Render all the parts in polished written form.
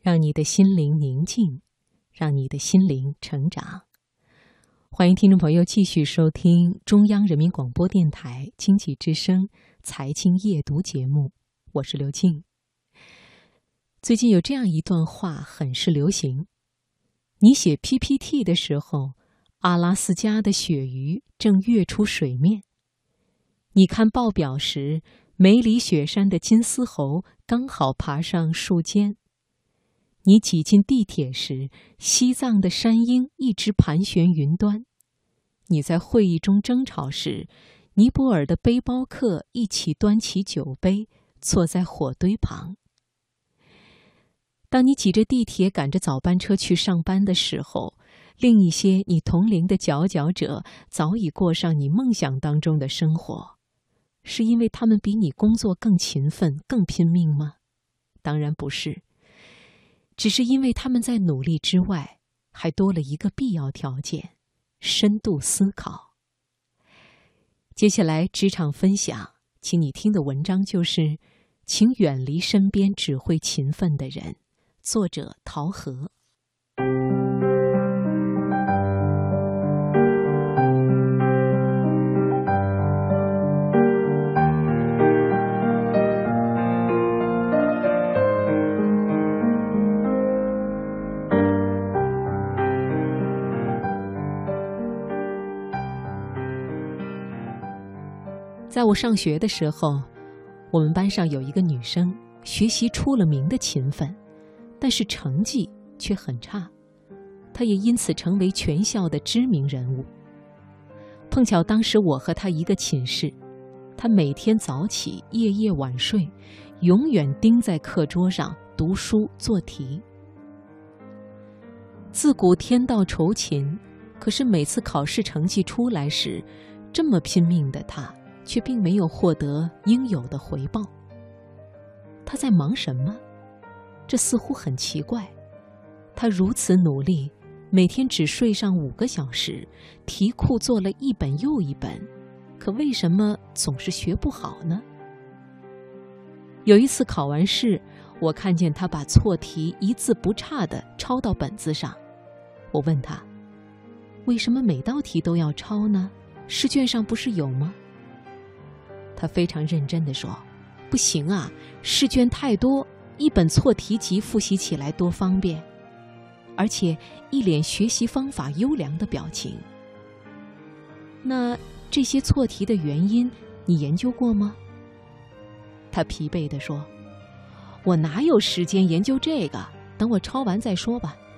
让你的心灵宁静，让你的心灵成长。欢迎听众朋友继续收听中央人民广播电台经济之声财经夜读节目，我是刘静。最近有这样一段话很是流行：你写 PPT 的时候，阿拉斯加的鳕鱼正跃出水面；你看报表时，梅里雪山的金丝猴刚好爬上树尖；你挤进地铁时，西藏的山鹰一直盘旋云端；你在会议中争吵时，尼泊尔的背包客一起端起酒杯，坐在火堆旁。当你挤着地铁赶着早班车去上班的时候，另一些你同龄的佼佼者早已过上你梦想当中的生活，是因为他们比你工作更勤奋、更拼命吗？当然不是，只是因为他们在努力之外，还多了一个必要条件：深度思考。接下来职场分享，请你听的文章就是请远离身边只会勤奋的人，作者陶和。在我上学的时候，我们班上有一个女生，学习出了名的勤奋，但是成绩却很差，她也因此成为全校的知名人物。碰巧当时我和她一个寝室，她每天早起，夜夜晚睡，永远盯在课桌上读书做题。自古天道酬勤，可是每次考试成绩出来时，这么拼命的她却并没有获得应有的回报。他在忙什么？这似乎很奇怪。他如此努力，每天只睡上5个小时，题库做了一本又一本，可为什么总是学不好呢？有一次考完试，我看见他把错题一字不差地抄到本子上。我问他，为什么每道题都要抄呢？试卷上不是有吗？他非常认真地说，不行啊，试卷太多，一本错题集复习起来多方便。而且一脸学习方法优良的表情。那这些错题的原因你研究过吗？他疲惫地说，我哪有时间研究这个，等我抄完再说吧。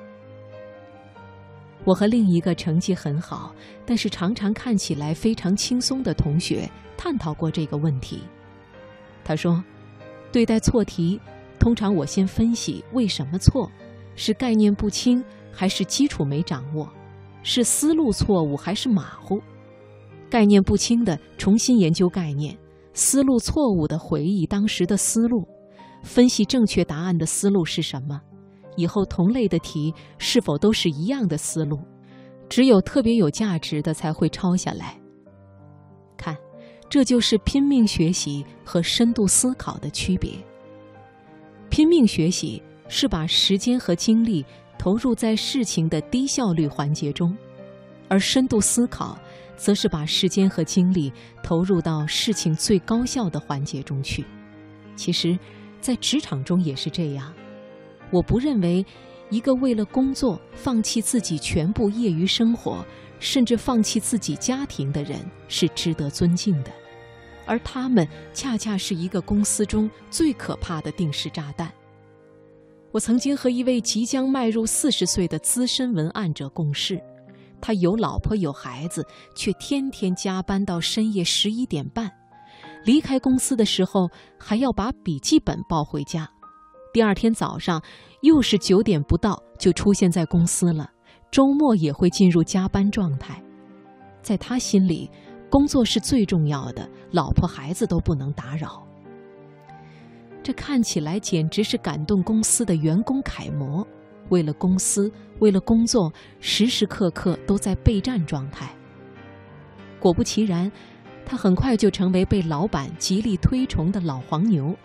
我和另一个成绩很好，但是常常看起来非常轻松的同学探讨过这个问题。他说，对待错题，通常我先分析为什么错，是概念不清，还是基础没掌握，是思路错误还是马虎。概念不清的重新研究概念，思路错误的回忆当时的思路，分析正确答案的思路是什么，以后同类的题是否都是一样的思路，只有特别有价值的才会抄下来。看，这就是拼命学习和深度思考的区别。拼命学习是把时间和精力投入在事情的低效率环节中，而深度思考则是把时间和精力投入到事情最高效的环节中去。其实，在职场中也是这样。我不认为一个为了工作放弃自己全部业余生活，甚至放弃自己家庭的人是值得尊敬的，而他们恰恰是一个公司中最可怕的定时炸弹。我曾经和一位即将迈入40岁的资深文案者共事，他有老婆有孩子，却天天加班到深夜11点半，离开公司的时候还要把笔记本抱回家，第二天早上又是9点不到就出现在公司了，周末也会进入加班状态。在他心里，工作是最重要的，老婆孩子都不能打扰。这看起来简直是感动公司的员工楷模，为了公司，为了工作，时时刻刻都在备战状态。果不其然，他很快就成为被老板极力推崇的老黄牛，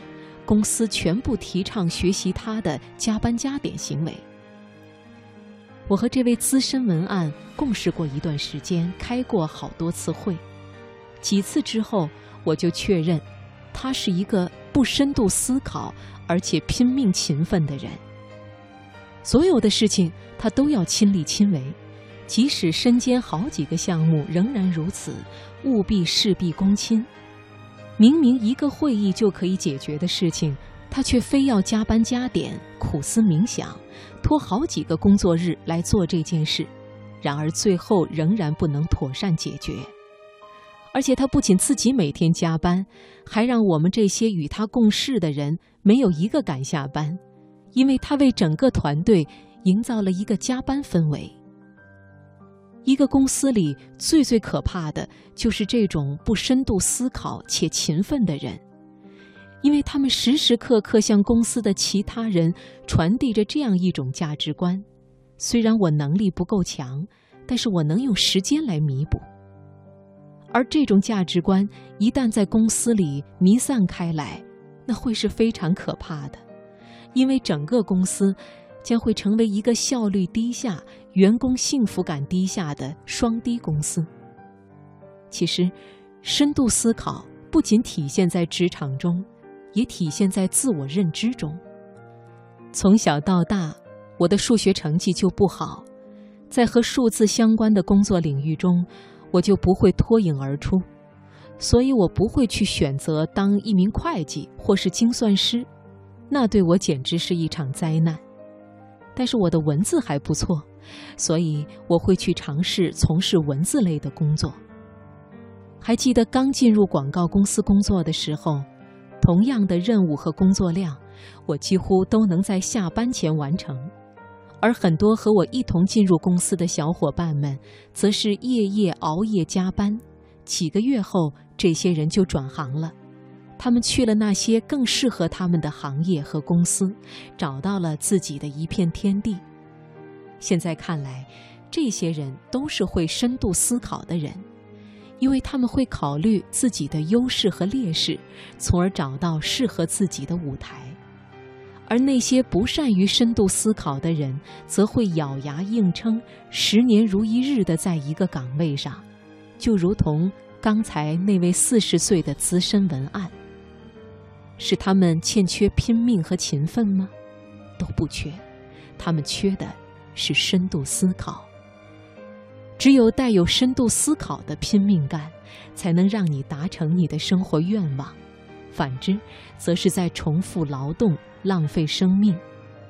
公司全部提倡学习他的加班加点行为。我和这位资深文案共事过一段时间，开过好多次会，几次之后我就确认他是一个不深度思考而且拼命勤奋的人。所有的事情他都要亲力亲为，即使身兼好几个项目仍然如此，务必事必躬亲。明明一个会议就可以解决的事情，他却非要加班加点，苦思冥想，拖好几个工作日来做这件事，然而最后仍然不能妥善解决。而且他不仅自己每天加班，还让我们这些与他共事的人没有一个敢下班，因为他为整个团队营造了一个加班氛围。一个公司里最可怕的就是这种不深度思考且勤奋的人，因为他们时时刻刻向公司的其他人传递着这样一种价值观：虽然我能力不够强，但是我能用时间来弥补。而这种价值观一旦在公司里弥散开来，那会是非常可怕的，因为整个公司将会成为一个效率低下、员工幸福感低下的双低公司。其实，深度思考不仅体现在职场中，也体现在自我认知中。从小到大，我的数学成绩就不好，在和数字相关的工作领域中，我就不会脱颖而出，所以我不会去选择当一名会计或是精算师，那对我简直是一场灾难。但是我的文字还不错，所以我会去尝试从事文字类的工作。还记得刚进入广告公司工作的时候，同样的任务和工作量，我几乎都能在下班前完成。而很多和我一同进入公司的小伙伴们，则是夜夜熬夜加班，几个月后，这些人就转行了。他们去了那些更适合他们的行业和公司，找到了自己的一片天地。现在看来，这些人都是会深度思考的人，因为他们会考虑自己的优势和劣势，从而找到适合自己的舞台。而那些不善于深度思考的人，则会咬牙硬撑，10年如一日地在一个岗位上，就如同刚才那位40岁的资深文案。是他们欠缺拼命和勤奋吗？都不缺，他们缺的是深度思考。只有带有深度思考的拼命干，才能让你达成你的生活愿望，反之，则是在重复劳动，浪费生命。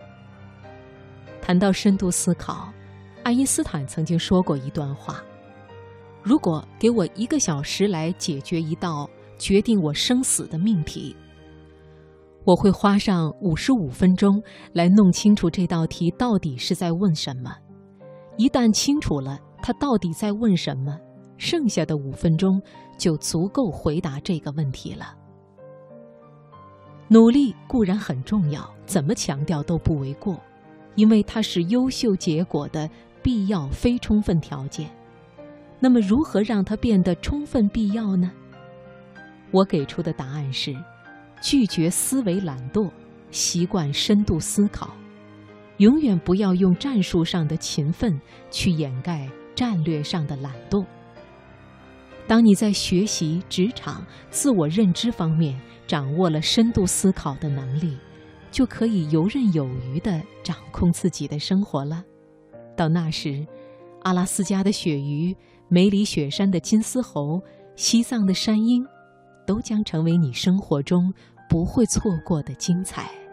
谈到深度思考，爱因斯坦曾经说过一段话：如果给我1个小时来解决一道决定我生死的命题，我会花上55分钟来弄清楚这道题到底是在问什么。一旦清楚了他到底在问什么，剩下的5分钟就足够回答这个问题了。努力固然很重要，怎么强调都不为过，因为它是优秀结果的必要非充分条件。那么如何让它变得充分必要呢？我给出的答案是：拒绝思维懒惰，习惯深度思考，永远不要用战术上的勤奋去掩盖战略上的懒惰。当你在学习、职场、自我认知方面掌握了深度思考的能力，就可以游刃有余地掌控自己的生活了。到那时，阿拉斯加的鳕鱼、梅里雪山的金丝猴、西藏的山鹰，都将成为你生活中不会错过的精彩。